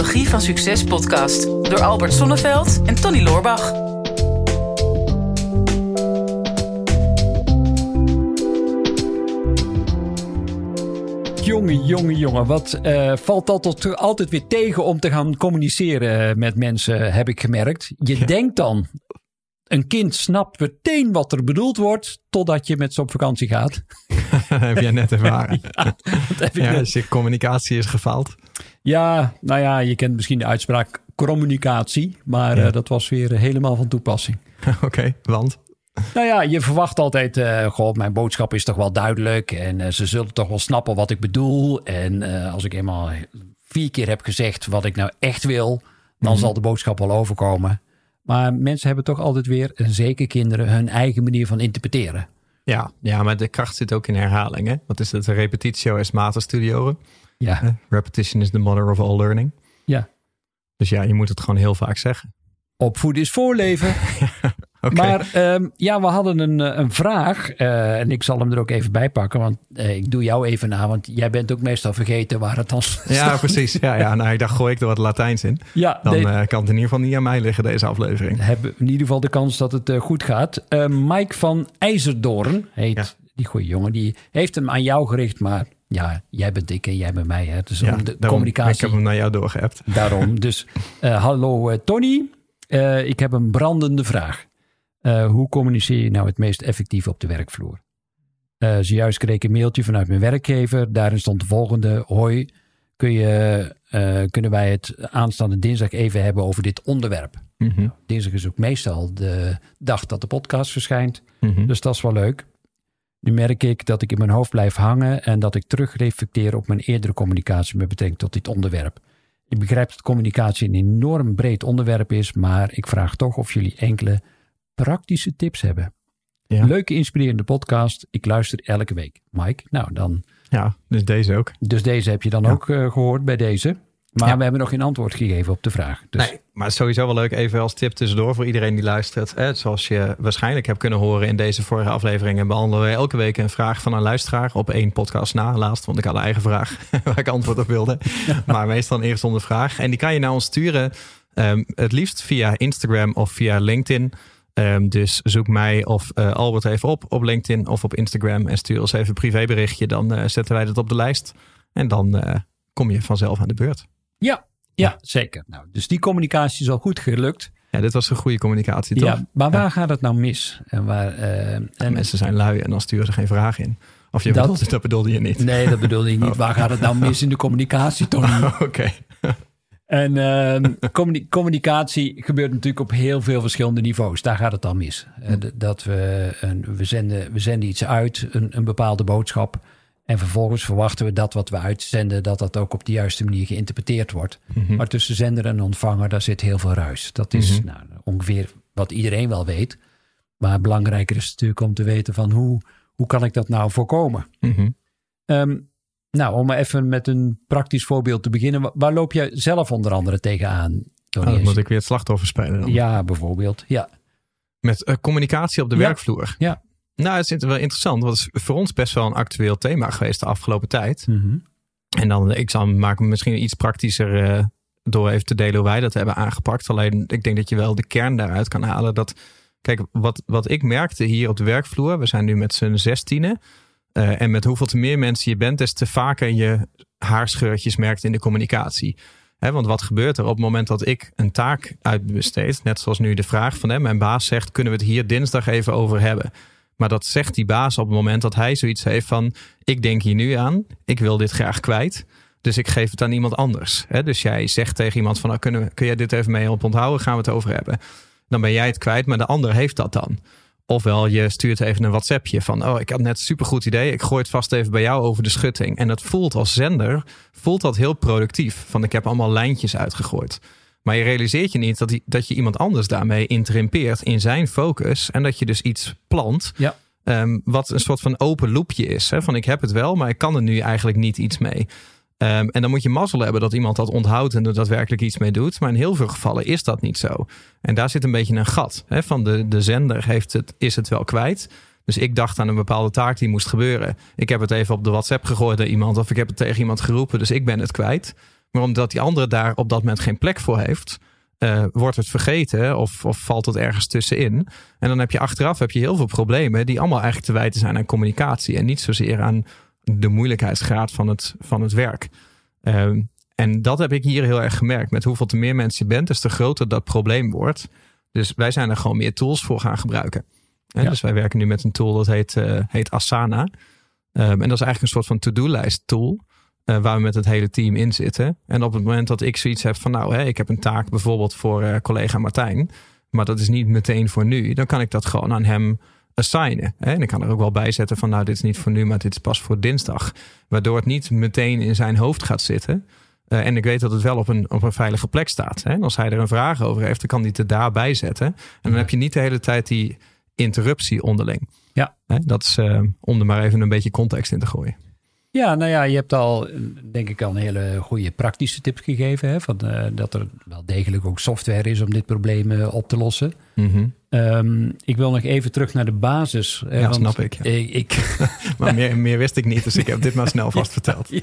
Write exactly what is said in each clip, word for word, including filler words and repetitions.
Psychologie van Succes podcast door Albert Sonneveld en Tony Loorbach. Jongen, jongen, jongen. Wat uh, valt dat altijd weer tegen om te gaan communiceren met mensen, heb ik gemerkt. Je ja. denkt dan, een kind snapt meteen wat er bedoeld wordt, totdat je met ze op vakantie gaat. Dat heb jij net ervaren. ja, dat ja, dus je communicatie is gefaald. Ja, nou ja, je kent misschien de uitspraak communicatie, maar ja. uh, dat was weer helemaal van toepassing. Oké, okay, want? Nou ja, je verwacht altijd, uh, goh, mijn boodschap is toch wel duidelijk en uh, ze zullen toch wel snappen wat ik bedoel. En uh, als ik eenmaal vier keer heb gezegd wat ik nou echt wil, dan mm-hmm. zal de boodschap wel overkomen. Maar mensen hebben toch altijd weer, en zeker kinderen, hun eigen manier van interpreteren. Ja, ja, maar de kracht zit ook in herhaling. Hè? Wat is het? Repetitio est mater studiorum. Ja. Uh, repetition is the mother of all learning. Ja. Dus ja, je moet het gewoon heel vaak zeggen. Opvoeden is voorleven. Okay. Maar um, ja, we hadden een, een vraag. Uh, en ik zal hem er ook even bij pakken. Want uh, ik doe jou even na. Want jij bent ook meestal vergeten waar het dan staat. Ja, precies. Ja, ja, nou, ik dacht, gooi ik er wat Latijns in. Ja, dan nee, uh, kan het in ieder geval niet aan mij liggen, deze aflevering. We hebben in ieder geval de kans dat het uh, goed gaat. Uh, Mike van IJzerdoorn heet ja. die goeie jongen. Die heeft hem aan jou gericht. Maar ja, jij bent ik en jij bent mij. Hè? Dus ja, om de daarom, communicatie. Ik heb hem naar jou doorgeappt. Daarom. Dus uh, hallo uh, Tony. Uh, ik heb een brandende vraag. Uh, hoe communiceer je nou het meest effectief op de werkvloer? Uh, zojuist kreeg ik een mailtje vanuit mijn werkgever. Daarin stond de volgende. Hoi, kun je, uh, kunnen wij het aanstaande dinsdag even hebben over dit onderwerp? Mm-hmm. Nou, dinsdag is ook meestal de dag dat de podcast verschijnt. Mm-hmm. Dus dat is wel leuk. Nu merk ik dat ik in mijn hoofd blijf hangen en dat ik terugreflecteer op mijn eerdere communicatie met betrekking tot dit onderwerp. Ik begrijp dat communicatie een enorm breed onderwerp is, maar ik vraag toch of jullie enkele praktische tips hebben. Ja. Leuke, inspirerende podcast. Ik luister elke week. Mike, nou dan... Ja, dus deze ook. Dus deze heb je dan ja. ook uh, gehoord bij deze. Maar ja. we hebben nog geen antwoord gegeven op de vraag. Dus... Nee, maar het is sowieso wel leuk even als tip tussendoor voor iedereen die luistert. Eh, zoals je waarschijnlijk hebt kunnen horen in deze vorige afleveringen, behandelen we elke week een vraag van een luisteraar op één podcast na. Laatst, want ik had een eigen vraag waar ik antwoord op wilde. Ja. Maar meestal een eerstvolgende vraag. En die kan je naar ons sturen. Um, het liefst via Instagram of via LinkedIn. Um, dus zoek mij of uh, Albert even op op LinkedIn of op Instagram en stuur ons even een privéberichtje. Dan uh, zetten wij dat op de lijst. En dan uh, kom je vanzelf aan de beurt. Ja, ja, zeker. Nou, dus die communicatie is al goed gelukt. Ja, dit was een goede communicatie, toch? Ja, maar waar ja. gaat het nou mis? En waar, uh, en... Ja, mensen zijn lui en dan sturen ze geen vraag in. Of je dat... Bedoelde, dat bedoelde je niet? Nee, dat bedoelde ik niet. Oh. Waar gaat het nou mis in de communicatie, Tony? Oh, Oké. Okay. En uh, communi- communicatie gebeurt natuurlijk op heel veel verschillende niveaus. Daar gaat het dan mis. Uh, dat we, uh, we, zenden, we zenden iets uit, een, een bepaalde boodschap. En vervolgens verwachten we dat wat we uitzenden, dat dat ook op de juiste manier geïnterpreteerd wordt. Mm-hmm. Maar tussen zender en ontvanger, daar zit heel veel ruis. Dat is mm-hmm. nou, ongeveer wat iedereen wel weet. Maar belangrijker is natuurlijk om te weten van hoe, hoe kan ik dat nou voorkomen? Mm-hmm. Um, nou, om maar even met een praktisch voorbeeld te beginnen. Waar loop jij zelf onder andere tegenaan? Oh, dan moet ik weer het slachtoffer spelen dan. Ja, bijvoorbeeld. Ja. Met uh, communicatie op de ja. werkvloer. Ja. Nou, het is wel interessant. Want het is voor ons best wel een actueel thema geweest de afgelopen tijd. Mm-hmm. En dan, ik zal maken misschien iets praktischer uh, door even te delen hoe wij dat hebben aangepakt. Alleen, ik denk dat je wel de kern daaruit kan halen. Dat, kijk, wat, wat ik merkte hier op de werkvloer. We zijn nu met z'n zestienen. Uh, en met hoeveel te meer mensen je bent, des te vaker je haarscheurtjes merkt in de communicatie. He, want wat gebeurt er op het moment dat ik een taak uitbesteed? Net zoals nu de vraag van hem. Mijn baas zegt, kunnen we het hier dinsdag even over hebben? Maar dat zegt die baas op het moment dat hij zoiets heeft van, ik denk hier nu aan, ik wil dit graag kwijt. Dus ik geef het aan iemand anders. He, dus jij zegt tegen iemand van, nou, kunnen we, kun jij dit even mee op onthouden? Gaan we het over hebben? Dan ben jij het kwijt, maar de ander heeft dat dan. Ofwel je stuurt even een WhatsAppje van, oh, ik had net een supergoed idee. Ik gooi het vast even bij jou over de schutting. En dat voelt als zender, voelt dat heel productief. Van, ik heb allemaal lijntjes uitgegooid. Maar je realiseert je niet dat, die, dat je iemand anders daarmee interrumpeert in zijn focus. En dat je dus iets plant. Ja. Um, wat een soort van open loopje is. Hè? Van, ik heb het wel, maar ik kan er nu eigenlijk niet iets mee. Um, en dan moet je mazzel hebben dat iemand dat onthoudt en er daadwerkelijk iets mee doet. Maar in heel veel gevallen is dat niet zo. En daar zit een beetje een gat. Hè? Van de, de zender heeft het, is het wel kwijt. Dus ik dacht aan een bepaalde taak die moest gebeuren. Ik heb het even op de WhatsApp gegooid naar iemand of ik heb het tegen iemand geroepen. Dus ik ben het kwijt. Maar omdat die andere daar op dat moment geen plek voor heeft, uh, wordt het vergeten of, of valt het ergens tussenin. En dan heb je achteraf heb je heel veel problemen die allemaal eigenlijk te wijten zijn aan communicatie en niet zozeer aan de moeilijkheidsgraad van het, van het werk. Um, en dat heb ik hier heel erg gemerkt. Met hoeveel te meer mensen je bent, des te groter dat probleem wordt. Dus wij zijn er gewoon meer tools voor gaan gebruiken. Ja. Dus wij werken nu met een tool dat heet, uh, heet Asana. Um, en dat is eigenlijk een soort van to-do-lijst tool. Uh, waar we met het hele team in zitten. En op het moment dat ik zoiets heb van nou, hè, ik heb een taak bijvoorbeeld voor uh, collega Martijn. Maar dat is niet meteen voor nu. Dan kan ik dat gewoon aan hem assignen. Hè? En ik kan er ook wel bij zetten van nou, dit is niet voor nu, maar dit is pas voor dinsdag. Waardoor het niet meteen in zijn hoofd gaat zitten. Uh, en ik weet dat het wel op een, op een veilige plek staat. Hè? En als hij er een vraag over heeft, dan kan hij het er daarbij zetten. En dan heb je niet de hele tijd die interruptie onderling. Ja. Hè? Dat is uh, om er maar even een beetje context in te gooien. Ja, nou ja, je hebt al, denk ik, al een hele goede praktische tips gegeven. Hè, van, uh, dat er wel degelijk ook software is om dit probleem uh, op te lossen. Mm-hmm. Um, ik wil nog even terug naar de basis. Ja, want snap ik. Ja. ik, ik maar meer, meer wist ik niet, dus ik heb dit maar snel vast verteld. Ja.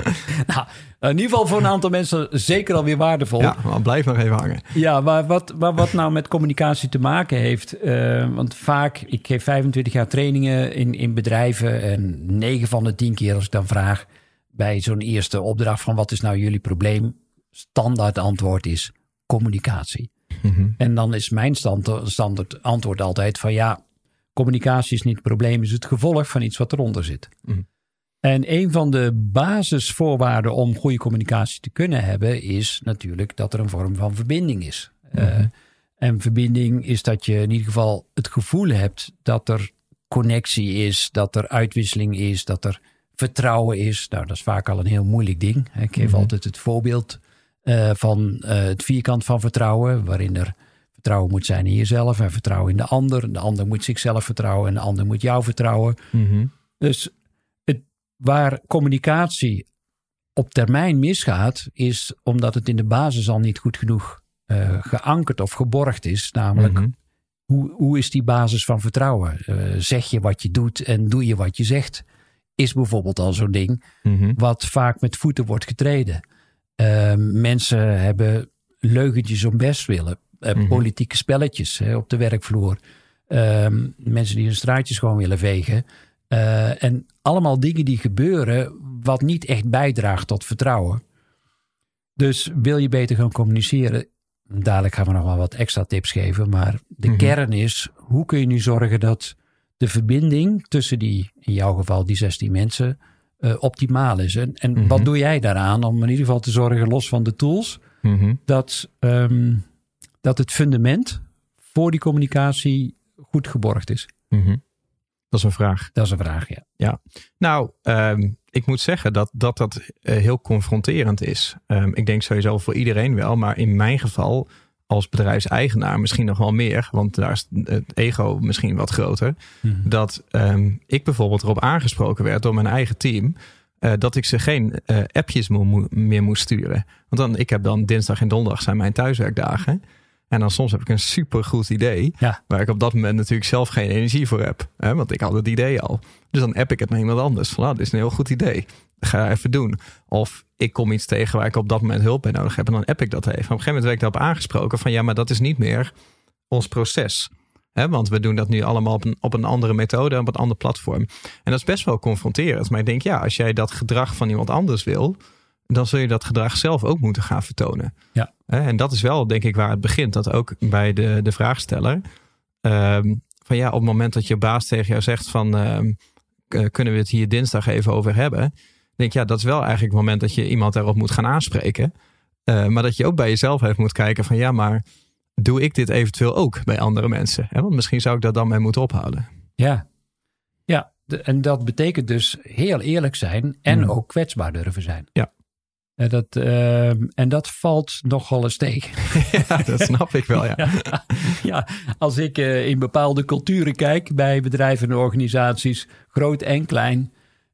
Nou, in ieder geval voor een aantal mensen zeker alweer waardevol. Ja, maar blijf nog even hangen. Ja, maar wat, maar wat nou met communicatie te maken heeft. Uh, want vaak, ik geef vijfentwintig jaar trainingen in, in bedrijven. En negen van de tien keer als ik dan vraag bij zo'n eerste opdracht van wat is nou jullie probleem? Standaard antwoord is communicatie. Mm-hmm. En dan is mijn standaard, standaard antwoord altijd van ja, communicatie is niet het probleem, is het gevolg van iets wat eronder zit. Mm-hmm. En een van de basisvoorwaarden om goede communicatie te kunnen hebben is natuurlijk dat er een vorm van verbinding is. Mm-hmm. Uh, en verbinding is dat je in ieder geval het gevoel hebt dat er connectie is, dat er uitwisseling is, dat er vertrouwen is. Nou, dat is vaak al een heel moeilijk ding. Ik geef mm-hmm. altijd het voorbeeld Uh, van uh, het vierkant van vertrouwen, waarin er vertrouwen moet zijn in jezelf en vertrouwen in de ander. De ander moet zichzelf vertrouwen en de ander moet jou vertrouwen. Mm-hmm. Dus het, waar communicatie op termijn misgaat, is omdat het in de basis al niet goed genoeg uh, geankerd of geborgd is. Namelijk, mm-hmm. hoe, hoe is die basis van vertrouwen? Uh, zeg je wat je doet en doe je wat je zegt? Is bijvoorbeeld al zo'n ding mm-hmm. wat vaak met voeten wordt getreden. Uh, mensen hebben leugentjes om best willen. Uh, mm-hmm. Politieke spelletjes hè, op de werkvloer. Uh, mensen die hun straatjes gewoon willen vegen. Uh, en allemaal dingen die gebeuren wat niet echt bijdraagt tot vertrouwen. Dus wil je beter gaan communiceren? Dadelijk gaan we nog wel wat extra tips geven. Maar de mm-hmm. kern is, hoe kun je nu zorgen dat de verbinding tussen die, in jouw geval die zestien mensen, Uh, optimaal is. En, en mm-hmm. wat doe jij daaraan om in ieder geval te zorgen, los van de tools, mm-hmm. dat, um, dat het fundament voor die communicatie goed geborgd is? Mm-hmm. Dat is een vraag. Dat is een vraag, ja. ja. Nou, um, ik moet zeggen dat dat, dat uh, heel confronterend is. Um, ik denk sowieso voor iedereen wel, maar in mijn geval als bedrijfseigenaar misschien nog wel meer, want daar is het ego misschien wat groter. Mm-hmm. Dat um, ik bijvoorbeeld erop aangesproken werd door mijn eigen team, uh, dat ik ze geen uh, appjes mo- meer moest sturen. Want dan, ik heb dan dinsdag en donderdag zijn mijn thuiswerkdagen. En dan soms heb ik een supergoed idee, ja. waar ik op dat moment natuurlijk zelf geen energie voor heb. Hè, want ik had het idee al. Dus dan app ik het naar iemand anders. Van, nou, dit is een heel goed idee. Ga even doen. Of ik kom iets tegen waar ik op dat moment hulp bij nodig heb. En dan app ik dat even. Op een gegeven moment werd ik daarop aangesproken van ja, maar dat is niet meer ons proces. He, want we doen dat nu allemaal op een, op een andere methode, op een ander platform. En dat is best wel confronterend. Maar ik denk ja, als jij dat gedrag van iemand anders wil, dan zul je dat gedrag zelf ook moeten gaan vertonen. Ja. He, en dat is wel denk ik waar het begint. Dat ook bij de, de vraagsteller. Um, van ja, op het moment dat je baas tegen jou zegt van um, kunnen we het hier dinsdag even over hebben, denk ja, dat is wel eigenlijk het moment dat je iemand daarop moet gaan aanspreken. Uh, maar dat je ook bij jezelf even moet kijken van ja, maar doe ik dit eventueel ook bij andere mensen? Hè? Want misschien zou ik daar dan mee moeten ophouden. Ja, ja de, en dat betekent dus heel eerlijk zijn en mm. ook kwetsbaar durven zijn. Ja. En dat, uh, en dat valt nogal eens tegen. Ja, dat snap ik wel, ja. ja, ja als ik uh, in bepaalde culturen kijk bij bedrijven en organisaties, groot en klein,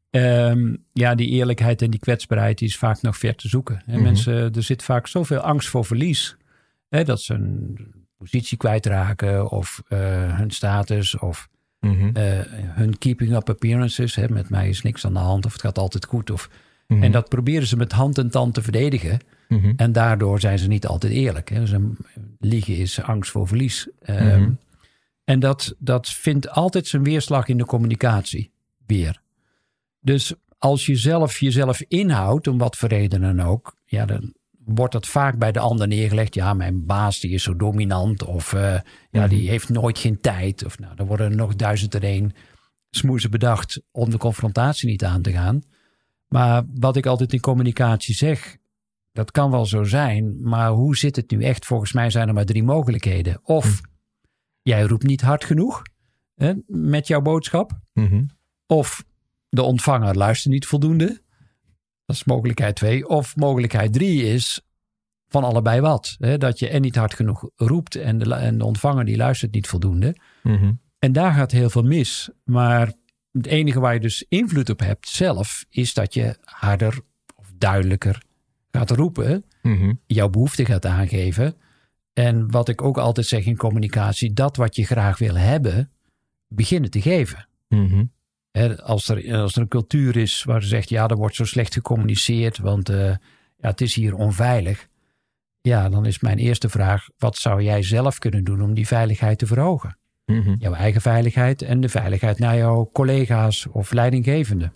Um, ja, die eerlijkheid en die kwetsbaarheid die is vaak nog ver te zoeken. En mm-hmm. mensen, er zit vaak zoveel angst voor verlies. Hè, dat ze een positie kwijtraken of uh, hun status of mm-hmm. uh, hun keeping up appearances. Hè, met mij is niks aan de hand of het gaat altijd goed. Of Mm-hmm. En dat proberen ze met hand en tand te verdedigen. Mm-hmm. En daardoor zijn ze niet altijd eerlijk. Hè? Dus een, liegen is angst voor verlies. Mm-hmm. Um, en dat, dat vindt altijd zijn weerslag in de communicatie weer. Dus als je zelf jezelf inhoudt, om wat voor reden dan ook, ja, dan wordt dat vaak bij de ander neergelegd. Ja, mijn baas die is zo dominant. Of uh, ja, mm-hmm. die heeft nooit geen tijd. Of nou, dan worden er nog duizend er één smoezen bedacht om de confrontatie niet aan te gaan. Maar wat ik altijd in communicatie zeg, dat kan wel zo zijn. Maar hoe zit het nu echt? Volgens mij zijn er maar drie mogelijkheden. Of mm-hmm. jij roept niet hard genoeg hè, met jouw boodschap. Mm-hmm. Of de ontvanger luistert niet voldoende. Dat is mogelijkheid twee. Of mogelijkheid drie is van allebei wat. Hè? Dat je en niet hard genoeg roept en de, en de ontvanger die luistert niet voldoende. Mm-hmm. En daar gaat heel veel mis. Maar het enige waar je dus invloed op hebt zelf, is dat je harder of duidelijker gaat roepen. Mm-hmm. Jouw behoefte gaat aangeven. En wat ik ook altijd zeg in communicatie, dat wat je graag wil hebben, beginnen te geven. Mm-hmm. He, als, er, als er een cultuur is waar ze zegt, ja, er wordt zo slecht gecommuniceerd, want uh, ja, het is hier onveilig. Ja, dan is mijn eerste vraag, wat zou jij zelf kunnen doen om die veiligheid te verhogen? Mm-hmm. Jouw eigen veiligheid en de veiligheid naar jouw collega's of leidinggevenden.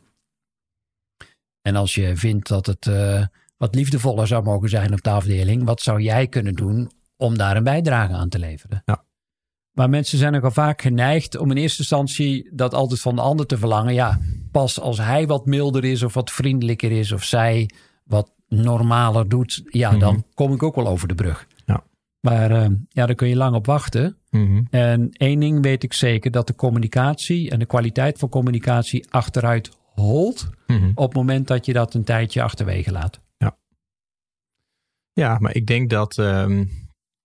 En als je vindt dat het uh, wat liefdevoller zou mogen zijn op de afdeling, wat zou jij kunnen doen om daar een bijdrage aan te leveren? Ja. Maar mensen zijn nogal vaak geneigd om in eerste instantie dat altijd van de ander te verlangen. Ja, pas als hij wat milder is of wat vriendelijker is of zij wat normaler doet, ja, mm-hmm. dan kom ik ook wel over de brug. Ja. Maar uh, ja, daar kun je lang op wachten. Mm-hmm. En één ding weet ik zeker, dat de communicatie en de kwaliteit van communicatie achteruit holt mm-hmm. op het moment dat je dat een tijdje achterwege laat. Ja, ja, maar ik denk dat Um...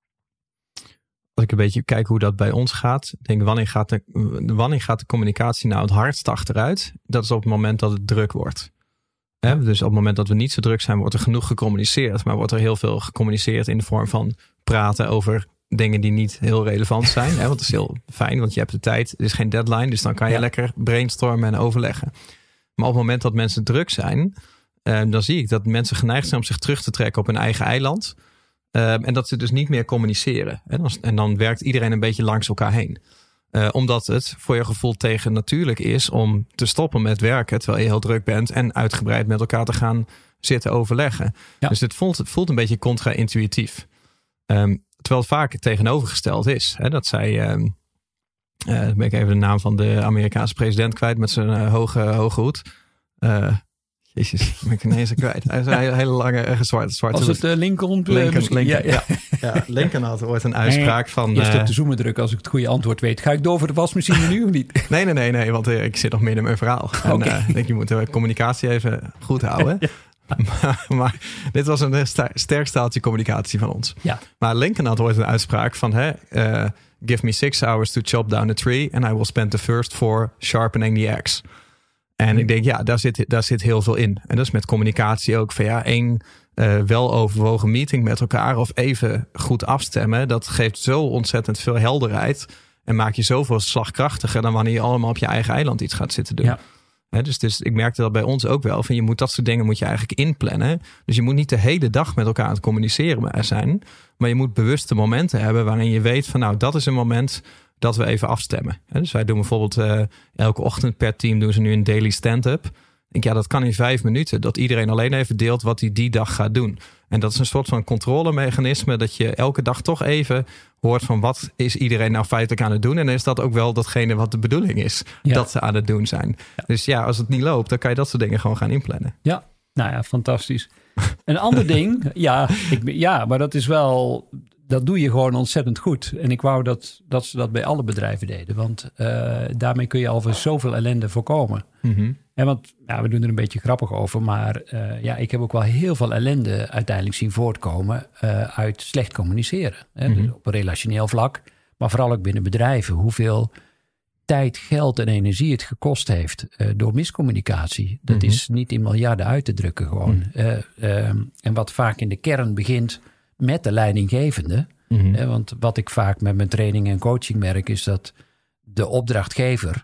als ik een beetje kijk hoe dat bij ons gaat. Denk, wanneer gaat de, wanneer gaat de communicatie nou het hardst achteruit? Dat is op het moment dat het druk wordt. He, dus op het moment dat we niet zo druk zijn, wordt er genoeg gecommuniceerd. Maar wordt er heel veel gecommuniceerd in de vorm van praten over dingen die niet heel relevant zijn. He, want dat is heel fijn, want je hebt de tijd. Er is geen deadline, dus dan kan je ja. lekker brainstormen en overleggen. Maar op het moment dat mensen druk zijn, eh, dan zie ik dat mensen geneigd zijn om zich terug te trekken op hun eigen eiland. Uh, en dat ze dus niet meer communiceren. En dan, en dan werkt iedereen een beetje langs elkaar heen. Uh, omdat het voor je gevoel tegen natuurlijk is om te stoppen met werken terwijl je heel druk bent en uitgebreid met elkaar te gaan zitten overleggen. Ja. Dus het voelt, het voelt een beetje contra-intuïtief. Um, terwijl het vaak het tegenovergesteld is. Hè, dat zij, um, uh, dan ben ik even de naam van de Amerikaanse president kwijt met zijn uh, hoge, hoge hoed. Uh, Jezus, ben ik ineens kwijt. Hij is een hele lange uh, zwarte zwarte. Was het uh, Lincoln? Lincoln, Lincoln ja, ja. Ja. ja, Lincoln had ooit een uitspraak nee, van. Eerst uh, op de zoomen drukken als ik het goede antwoord weet. Ga ik door voor de wasmachine nu of niet? Nee, nee, nee, nee, want uh, ik zit nog midden in mijn verhaal. En okay. uh, ik denk je moet de communicatie even goed houden. ja. maar, maar dit was een ster- sterk staaltje communicatie van ons. Ja. Maar Lincoln had ooit een uitspraak van: hè, uh, give me six hours to chop down a tree, and I will spend the first four sharpening the axe. En ik denk, ja, daar zit, daar zit heel veel in. En dat is met communicatie ook. Van ja, één uh, weloverwogen meeting met elkaar of even goed afstemmen. Dat geeft zo ontzettend veel helderheid. En maakt je zoveel slagkrachtiger dan wanneer je allemaal op je eigen eiland iets gaat zitten doen. Ja. He, dus, dus ik merkte dat bij ons ook wel. Van je moet dat soort dingen moet je eigenlijk inplannen. Dus je moet niet de hele dag met elkaar aan het communiceren zijn. Maar je moet bewuste momenten hebben waarin je weet van nou, dat is een moment dat we even afstemmen. Dus wij doen bijvoorbeeld uh, elke ochtend per team doen ze nu een daily stand-up. Ik denk, ja, dat kan in vijf minuten. Dat iedereen alleen even deelt wat hij die dag gaat doen. En dat is een soort van controlemechanisme dat je elke dag toch even hoort van wat is iedereen nou feitelijk aan het doen. En dan is dat ook wel datgene wat de bedoeling is. Ja. Dat ze aan het doen zijn. Ja. Dus ja, als het niet loopt, dan kan je dat soort dingen gewoon gaan inplannen. Ja, nou ja, fantastisch. Een ander ding, ja, ik, ja, maar dat is wel, dat doe je gewoon ontzettend goed. En ik wou dat, dat ze dat bij alle bedrijven deden. Want uh, daarmee kun je alvast zoveel ellende voorkomen. Mm-hmm. En want ja, we doen er een beetje grappig over. Maar uh, ja, ik heb ook wel heel veel ellende uiteindelijk zien voortkomen uh, uit slecht communiceren. Hè? Mm-hmm. Dus op een relationeel vlak. Maar vooral ook binnen bedrijven. Hoeveel tijd, geld en energie het gekost heeft uh, door miscommunicatie. Dat mm-hmm. is niet in miljarden uit te drukken gewoon. Mm-hmm. Uh, uh, en wat vaak in de kern begint met de leidinggevende. Mm-hmm. Uh, want wat ik vaak met mijn training en coaching merk is dat de opdrachtgever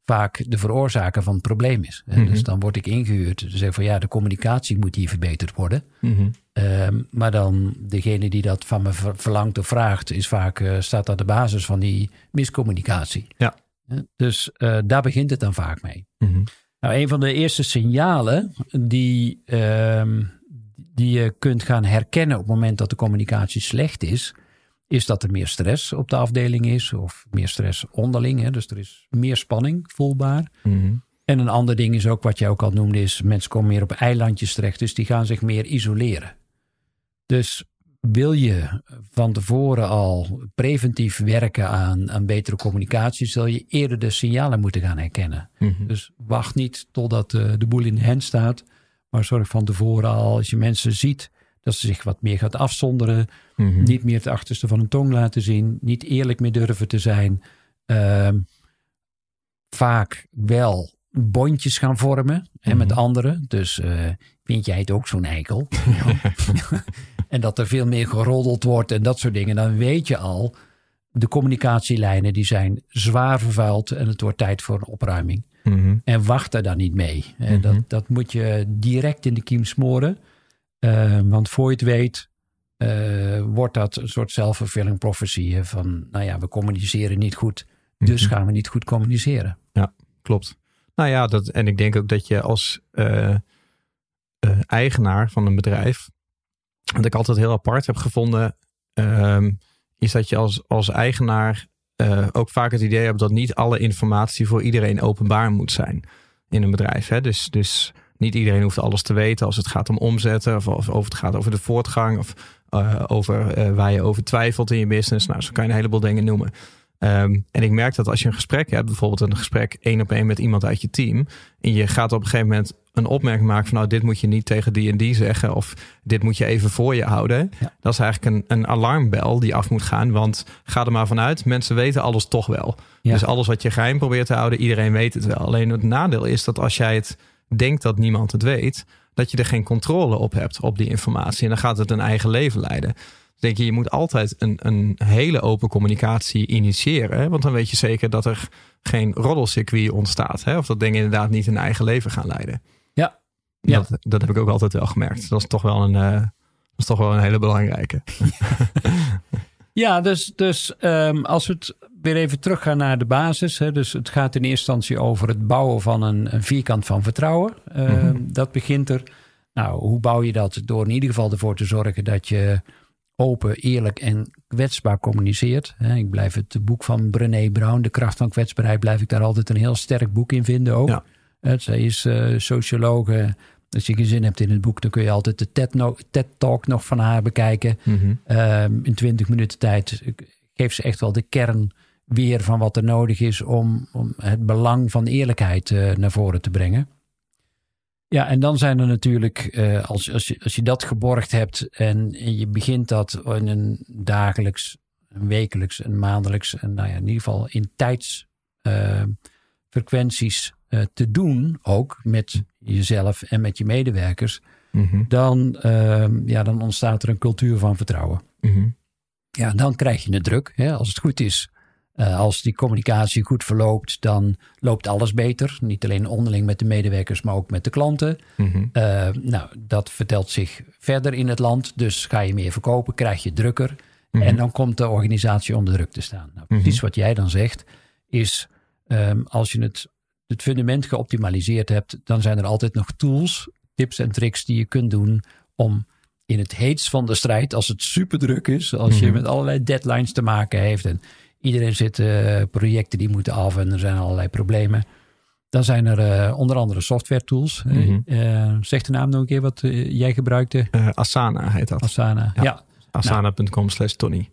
vaak de veroorzaker van het probleem is. Mm-hmm. Dus dan word ik ingehuurd te zeggen van ja, de communicatie moet hier verbeterd worden. Mm-hmm. Um, maar dan degene die dat van me verlangt of vraagt, is vaak uh, staat aan de basis van die miscommunicatie. Ja. Dus uh, daar begint het dan vaak mee. Mm-hmm. Nou, een van de eerste signalen die, um, die je kunt gaan herkennen op het moment dat de communicatie slecht is, is dat er meer stress op de afdeling is of meer stress onderling. Hè? Dus er is meer spanning voelbaar. Mm-hmm. En een ander ding is ook wat jij ook al noemde, is mensen komen meer op eilandjes terecht. Dus die gaan zich meer isoleren. Dus wil je van tevoren al preventief werken aan, aan betere communicatie, zul je eerder de signalen moeten gaan herkennen. Mm-hmm. Dus wacht niet totdat uh, de boel in de hand staat, maar zorg van tevoren al, als je mensen ziet, dat ze zich wat meer gaat afzonderen. Mm-hmm. Niet meer het achterste van hun tong laten zien. Niet eerlijk meer durven te zijn. Uh, vaak wel bondjes gaan vormen. Mm-hmm. En met anderen. Dus uh, vind jij het ook zo'n eikel? En dat er veel meer geroddeld wordt en dat soort dingen. Dan weet je al, de communicatielijnen die zijn zwaar vervuild. En het wordt tijd voor een opruiming. Mm-hmm. En wacht daar dan niet mee. Mm-hmm. Dat, dat moet je direct in de kiem smoren. Uh, want voor je het weet, uh, wordt dat een soort self-fulfilling prophecy. Van, nou ja, we communiceren niet goed, dus mm-hmm. gaan we niet goed communiceren. Ja, klopt. Nou ja, dat, en ik denk ook dat je als uh, uh, eigenaar van een bedrijf, wat ik altijd heel apart heb gevonden, uh, is dat je als, als eigenaar uh, ook vaak het idee hebt dat niet alle informatie voor iedereen openbaar moet zijn in een bedrijf. Hè? Dus, dus niet iedereen hoeft alles te weten als het gaat om omzetten of, of, of het gaat over de voortgang of uh, over uh, waar je over twijfelt in je business. Nou, zo kan je een heleboel dingen noemen. Um, en ik merk dat als je een gesprek hebt, bijvoorbeeld een gesprek één op één met iemand uit je team, en je gaat op een gegeven moment een opmerking maken van nou, dit moet je niet tegen die en die zeggen of dit moet je even voor je houden. Ja. Dat is eigenlijk een, een alarmbel die af moet gaan, want ga er maar vanuit, mensen weten alles toch wel. Ja. Dus alles wat je geheim probeert te houden, iedereen weet het wel. Alleen het nadeel is dat als jij het denkt dat niemand het weet, dat je er geen controle op hebt op die informatie en dan gaat het een eigen leven leiden. Denk je, je moet altijd een, een hele open communicatie initiëren. Hè? Want dan weet je zeker dat er geen roddelcircuit ontstaat. Hè? Of dat dingen inderdaad niet een eigen leven gaan leiden. Ja. ja. Dat, dat heb ik ook altijd wel gemerkt. Dat is toch wel een, uh, dat is toch wel een hele belangrijke. Ja, dus, dus um, als we het weer even teruggaan naar de basis. Hè? Dus het gaat in eerste instantie over het bouwen van een, een vierkant van vertrouwen. Uh, mm-hmm. Dat begint er. Nou, hoe bouw je dat? Door in ieder geval ervoor te zorgen dat je open, eerlijk en kwetsbaar communiceert. Ik blijf het boek van Brené Brown, De kracht van kwetsbaarheid, blijf ik daar altijd een heel sterk boek in vinden ook. Ja. Zij is uh, sociologe. Als je geen zin hebt in het boek, dan kun je altijd de TED, no- TED Talk nog van haar bekijken. Mm-hmm. Um, in twintig minuten tijd geeft ze echt wel de kern weer van wat er nodig is om, om het belang van eerlijkheid uh, naar voren te brengen. Ja, en dan zijn er natuurlijk, uh, als, als, je, als je dat geborgd hebt en, en je begint dat in een dagelijks, een wekelijks, een maandelijks, en nou ja, in ieder geval in tijdsfrequenties uh, uh, te doen, ook met jezelf en met je medewerkers, mm-hmm. dan, uh, ja, dan ontstaat er een cultuur van vertrouwen. Mm-hmm. Ja, dan krijg je het druk, hè, als het goed is. Uh, als die communicatie goed verloopt, dan loopt alles beter. Niet alleen onderling met de medewerkers, maar ook met de klanten. Mm-hmm. Uh, nou, dat vertelt zich verder in het land. Dus ga je meer verkopen, krijg je drukker. Mm-hmm. En dan komt de organisatie onder druk te staan. Nou, precies mm-hmm. wat jij dan zegt, is um, als je het, het fundament geoptimaliseerd hebt, dan zijn er altijd nog tools, tips en tricks die je kunt doen om in het heetst van de strijd, als het super druk is, als mm-hmm. je met allerlei deadlines te maken heeft en iedereen zit uh, projecten die moeten af en er zijn allerlei problemen. Dan zijn er uh, onder andere software tools. Mm-hmm. Uh, zeg de naam nog een keer wat uh, jij gebruikte. Uh, Asana heet dat. Asana, ja. ja. Asana punt com slash Tony.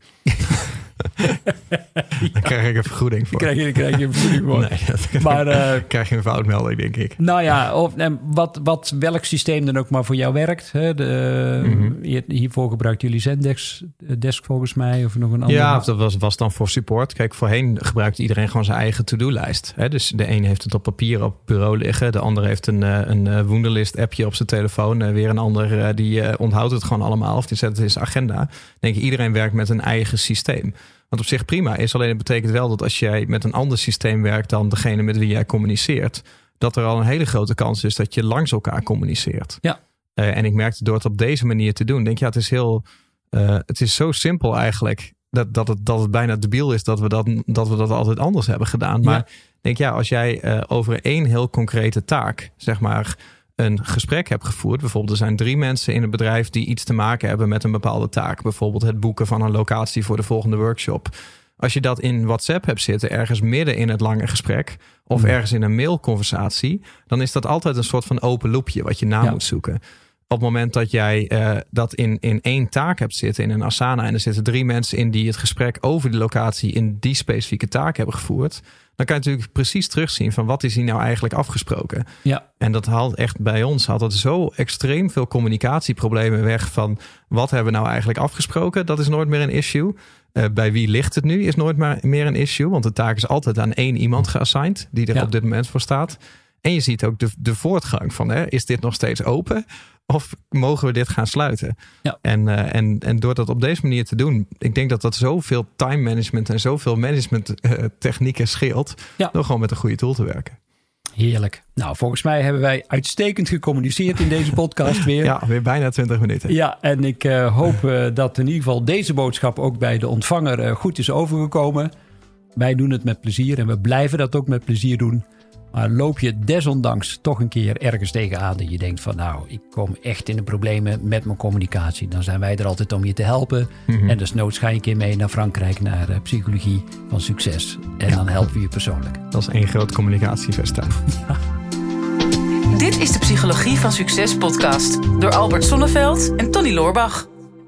Daar krijg ik een vergoeding voor. Krijg je, krijg je een vergoeding voor. Nee, dat maar, uh, krijg je een foutmelding, denk ik. Nou ja, of, wat, wat, welk systeem dan ook maar voor jou werkt. Hè? De, mm-hmm. Hiervoor gebruikt jullie Zendesk Desk volgens mij. Of nog een andere. Ja, of dat was, was dan voor support. Kijk, voorheen gebruikte iedereen gewoon zijn eigen to-do-lijst. Hè? Dus de een heeft het op papier op het bureau liggen. De ander heeft een, een Wunderlist appje op zijn telefoon. Weer een ander die onthoudt het gewoon allemaal. Of die zet het in zijn agenda. Ik denk, iedereen werkt met een eigen systeem. Wat op zich prima is. Alleen het betekent wel dat als jij met een ander systeem werkt dan degene met wie jij communiceert, dat er al een hele grote kans is dat je langs elkaar communiceert. Ja. Uh, en ik merkte door het op deze manier te doen, denk ja, het is heel, uh, het is zo simpel eigenlijk dat, dat, het, dat het bijna debiel is dat we dat, dat we dat altijd anders hebben gedaan. Maar Ja. denk ja, als jij uh, over één heel concrete taak, zeg maar, een gesprek hebt gevoerd. Bijvoorbeeld er zijn drie mensen in het bedrijf die iets te maken hebben met een bepaalde taak. Bijvoorbeeld het boeken van een locatie voor de volgende workshop. Als je dat in WhatsApp hebt zitten, ergens midden in het lange gesprek, of hmm. ergens in een mailconversatie, dan is dat altijd een soort van open loopje wat je na ja. moet zoeken. Op het moment dat jij uh, dat in, in één taak hebt zitten, in een Asana, en er zitten drie mensen in die het gesprek over die locatie in die specifieke taak hebben gevoerd, dan kan je natuurlijk precies terugzien van wat is hier nou eigenlijk afgesproken. Ja. En dat haalt echt bij ons, haalt het zo extreem veel communicatieproblemen weg van wat hebben we nou eigenlijk afgesproken. Dat is nooit meer een issue. Uh, bij wie ligt het nu is nooit maar meer een issue. Want de taak is altijd aan één iemand geassigned die er ja. op dit moment voor staat. En je ziet ook de, de voortgang van, hè, is dit nog steeds open? Of mogen we dit gaan sluiten? Ja. En, uh, en, en door dat op deze manier te doen, ik denk dat dat zoveel time management en zoveel management uh, technieken scheelt. Ja. Door gewoon met een goede tool te werken. Heerlijk. Nou, volgens mij hebben wij uitstekend gecommuniceerd in deze podcast weer. Ja, weer bijna twintig minuten. Ja, en ik uh, hoop uh, dat in ieder geval deze boodschap ook bij de ontvanger uh, goed is overgekomen. Wij doen het met plezier en we blijven dat ook met plezier doen. Maar loop je desondanks toch een keer ergens tegenaan dat je denkt van nou, ik kom echt in de problemen met mijn communicatie. Dan zijn wij er altijd om je te helpen. Mm-hmm. En desnoods ga je een keer mee naar Frankrijk, naar uh, Psychologie van Succes. En ja. dan helpen we je persoonlijk. Dat is één groot communicatiefestijn. Ja. Dit is de Psychologie van Succes podcast door Albert Sonneveld en Tony Loorbach.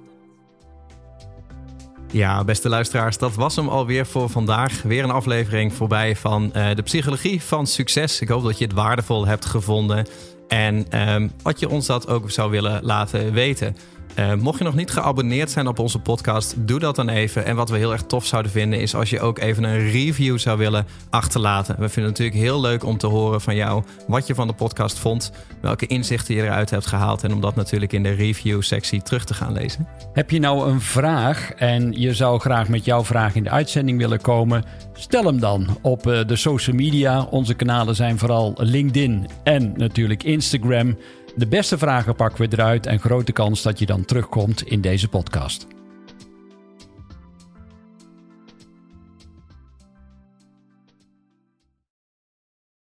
Ja, beste luisteraars, dat was hem alweer voor vandaag. Weer een aflevering voorbij van uh, de Psychologie van Succes. Ik hoop dat je het waardevol hebt gevonden en um, wat je ons dat ook zou willen laten weten. Uh, mocht je nog niet geabonneerd zijn op onze podcast, doe dat dan even. En wat we heel erg tof zouden vinden is als je ook even een review zou willen achterlaten. We vinden het natuurlijk heel leuk om te horen van jou wat je van de podcast vond, welke inzichten je eruit hebt gehaald en om dat natuurlijk in de review-sectie terug te gaan lezen. Heb je nou een vraag en je zou graag met jouw vraag in de uitzending willen komen? Stel hem dan op de social media. Onze kanalen zijn vooral LinkedIn en natuurlijk Instagram. De beste vragen pakken we eruit en grote kans dat je dan terugkomt in deze podcast.